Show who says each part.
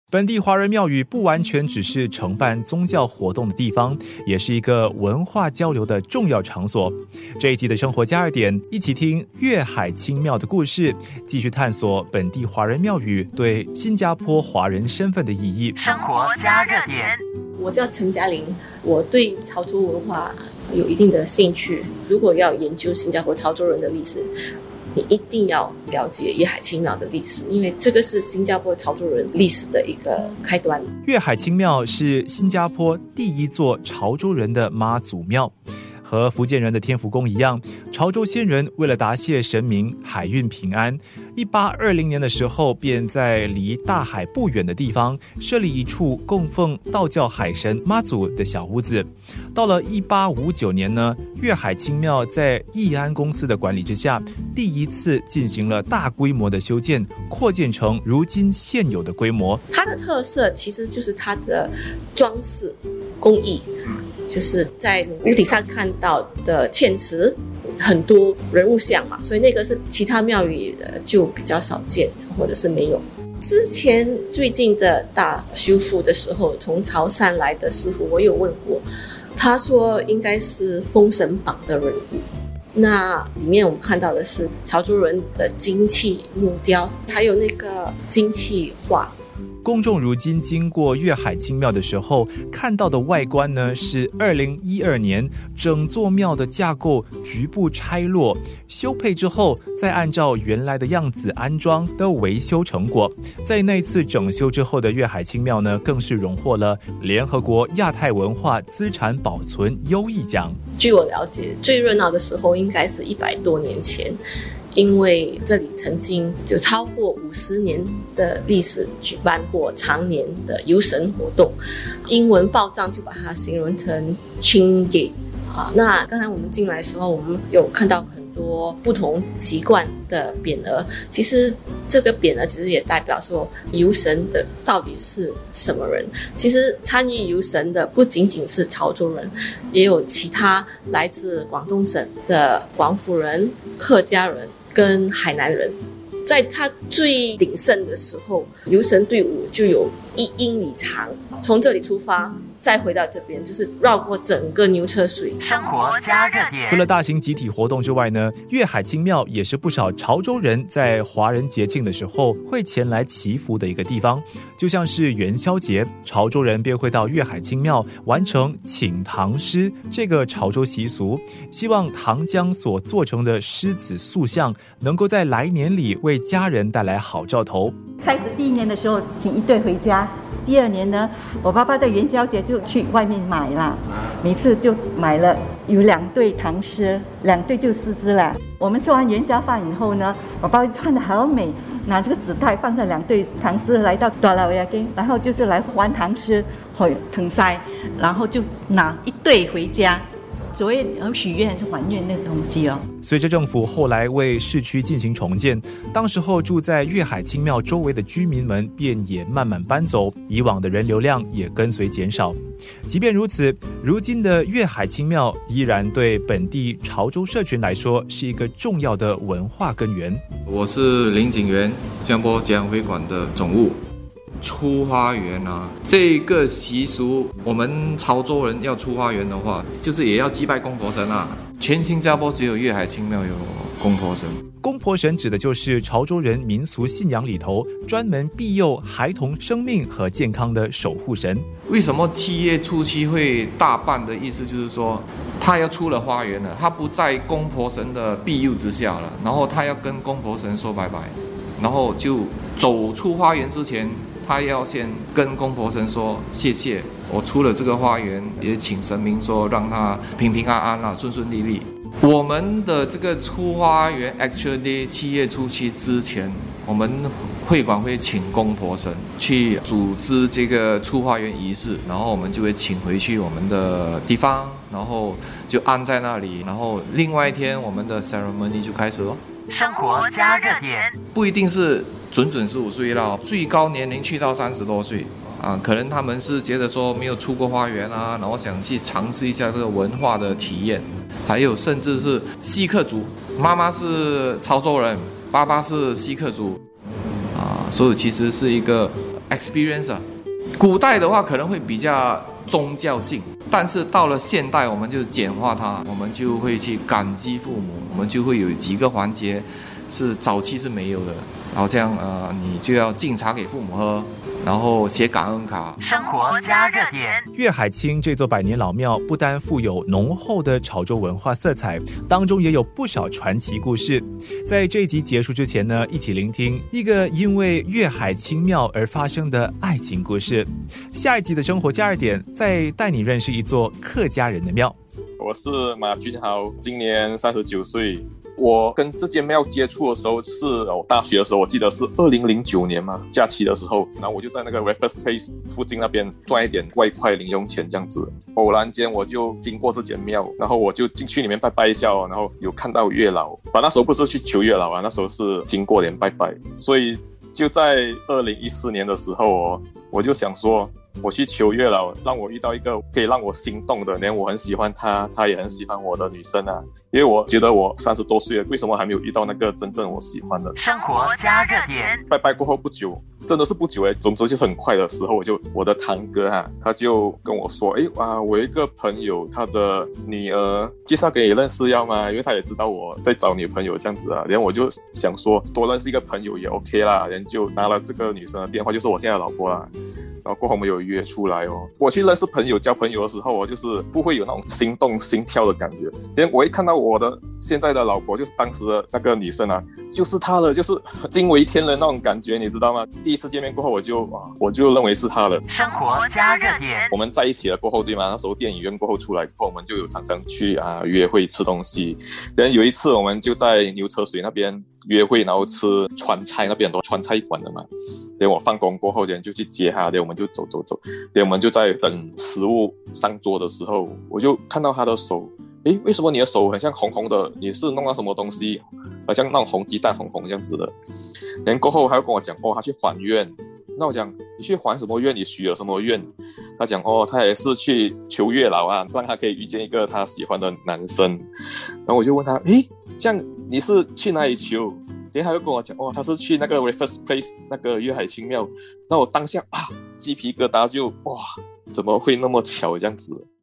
Speaker 1: 本地华人庙宇不完全只是承办宗教活动的地方，也是一个文化交流的重要场所。这一集的生活加热点，一起听粤海清庙的故事，继续探索本地华人庙宇对新加坡华人身份的意义。
Speaker 2: 生活加热点，
Speaker 3: 我叫陈嘉玲，我对潮州文化有一定的兴趣。如果要研究新加坡潮州人的历史，你一定要了解粤海清庙的历史，因为这个是新加坡潮州人历史的一个开端。
Speaker 1: 粤海清庙是新加坡第一座潮州人的妈祖庙。和福建人的天福宫一样，潮州先人为了答谢神明海运平安，1820年的时候便在离大海不远的地方设立一处供奉道教海神妈祖的小屋子。到了1859年呢，粤海清庙在义安公司的管理之下，第一次进行了大规模的修建，扩建成如今现有的规模。
Speaker 3: 它的特色其实就是它的装饰工艺，就是在屋顶上看到的嵌瓷很多人物像嘛，所以那个是其他庙宇就比较少见的，或者是没有。之前最近的大修复的时候，从潮汕来的师傅我有问过，他说应该是封神榜的人物。那里面我们看到的是潮州人的金器木雕，还有那个金器画。
Speaker 1: 公众如今经过粤海清庙的时候，看到的外观呢是2012年整座庙的架构局部拆落修配之后，再按照原来的样子安装的维修成果。在那次整修之后的粤海清庙呢，更是荣获了联合国亚太文化资产保存优异奖。
Speaker 3: 据我了解，最热闹的时候应该是100多年前，因为这里曾经就超过50年的历史举办过常年的游神活动，英文报章就把它形容成 Chingay。那刚才我们进来的时候，我们有看到很多不同籍贯的匾额，其实这个匾额其实也代表说游神的到底是什么人。其实参与游神的不仅仅是潮州人，也有其他来自广东省的广府人、客家人跟海南人。在他最鼎盛的时候，游神队伍就有1英里长，从这里出发再回到这边，就是绕过整个牛车水。
Speaker 2: 生活加热点。
Speaker 1: 除了大型集体活动之外呢，粤海清庙也是不少潮州人在华人节庆的时候会前来祈福的一个地方。就像是元宵节，潮州人便会到粤海清庙完成请唐诗这个潮州习俗，希望糖浆所做成的狮子塑像能够在来年里为家人带来好兆头。
Speaker 4: 开始第1年的时候请一对回家，第2年呢，我爸爸在元宵节就去外面买啦，每次就买了有2对唐诗，2对就4只啦。我们吃完元宵饭以后呢，我爸爸穿得好美，拿这个纸袋放上2对唐诗，来到大老爷间，然后就是来还唐诗和藤塞，然后就拿1对回家。所谓许愿是还愿那个东西哦。
Speaker 1: 随着政府后来为市区进行重建，当时候住在粤海清庙周围的居民们便也慢慢搬走，以往的人流量也跟随减少。即便如此，如今的粤海清庙依然对本地潮州社群来说是一个重要的文化根源。
Speaker 5: 我是林景元，新加坡节阳会馆的总务。出花园啊，这个习俗，我们潮州人要出花园的话，就是也要祭拜公婆神啊。全新加坡只有粤海清庙有公婆神。
Speaker 1: 公婆神指的就是潮州人民俗信仰里头专门庇佑孩童生命和健康的守护神。
Speaker 5: 为什么7月初7会大办的意思就是说，他要出了花园了，他不在公婆神的庇佑之下了，然后他要跟公婆神说拜拜，然后就走出花园之前，他要先跟公婆神说谢谢，我出了这个花园，也请神明说让他平平安安啊，顺顺利利。我们的这个出花园 actually 7月初7之前，我们会馆会请公婆神去组织这个出花园仪式，然后我们就会请回去我们的地方，然后就安在那里，然后另外一天我们的 ceremony 就开始咯。
Speaker 2: 生活加热点，
Speaker 5: 不一定是准15岁了，最高年龄去到30多岁啊，可能他们是觉得说没有出过花园啊，然后想去尝试一下这个文化的体验。还有甚至是锡克族，妈妈是潮州人，爸爸是锡克族啊，所以其实是一个 experience 啊。古代的话可能会比较宗教性，但是到了现代我们就简化它，我们就会去感激父母，我们就会有几个环节是早期是没有的，好像你就要敬茶给父母喝，然后写感恩卡。
Speaker 2: 生活加热点。
Speaker 1: 粤海清这座百年老庙不单富有浓厚的潮州文化色彩，当中也有不少传奇故事。在这一集结束之前呢，一起聆听一个因为粤海清庙而发生的爱情故事。下一集的生活加热点再带你认识一座客家人的庙。
Speaker 6: 我是马俊豪，今年39岁。我跟这间庙接触的时候是我大学的时候，我记得是2009年嘛，假期的时候，然后我就在那个 Raffles Place 附近那边赚一点外快零用钱这样子。偶然间我就经过这间庙，然后我就进去里面拜拜一下然后有看到月老。那时候不是去求月老啊，那时候是经过连拜拜。所以就在2014年的时候我就想说，我去求月老，让我遇到一个可以让我心动的，连我很喜欢她，她也很喜欢我的女生啊。因为我觉得我30多岁了，为什么还没有遇到那个真正我喜欢的？
Speaker 2: 生活加热点。
Speaker 6: 拜拜过后不久，真的是不久总之就是很快的时候，我的堂哥他就跟我说，我有一个朋友，他的女儿介绍给你认识要吗？因为他也知道我在找女朋友这样子啊。然后我就想说多认识一个朋友也 OK 啦，然后就拿了这个女生的电话，就是我现在的老婆啦。然后过后我们有约出来我去认识朋友交朋友的时候我就是不会有那种心动心跳的感觉。连我一看到我的现在的老婆，就是当时的那个女生啊，就是她了，就是惊为天人那种感觉，你知道吗？第一次见面过后我就认为是她了。
Speaker 2: 生活加热点。
Speaker 6: 我们在一起了过后对吗？那时候电影院过后出来过后，我们就有常常去约会吃东西。然后有一次我们就在牛车水那边约会，然后吃川菜，那边很多川菜馆的嘛。然后我放工过后就去接他，然后我们就走，然后我们就在等食物上桌的时候，我就看到他的手，为什么你的手很像红红的？你是弄到什么东西？好像那种红鸡蛋红这样子的。然后过后他又跟我讲他去还愿。那我讲你去还什么愿？你许了什么愿？他讲他也是去求月老啊，让他可以遇见一个他喜欢的男生。然后我就问他，这样你是去哪里求？然后他又跟我讲他是去那个 Raffles Place 那个粤海清庙。那我当下鸡皮疙瘩就怎么会那么巧这样子？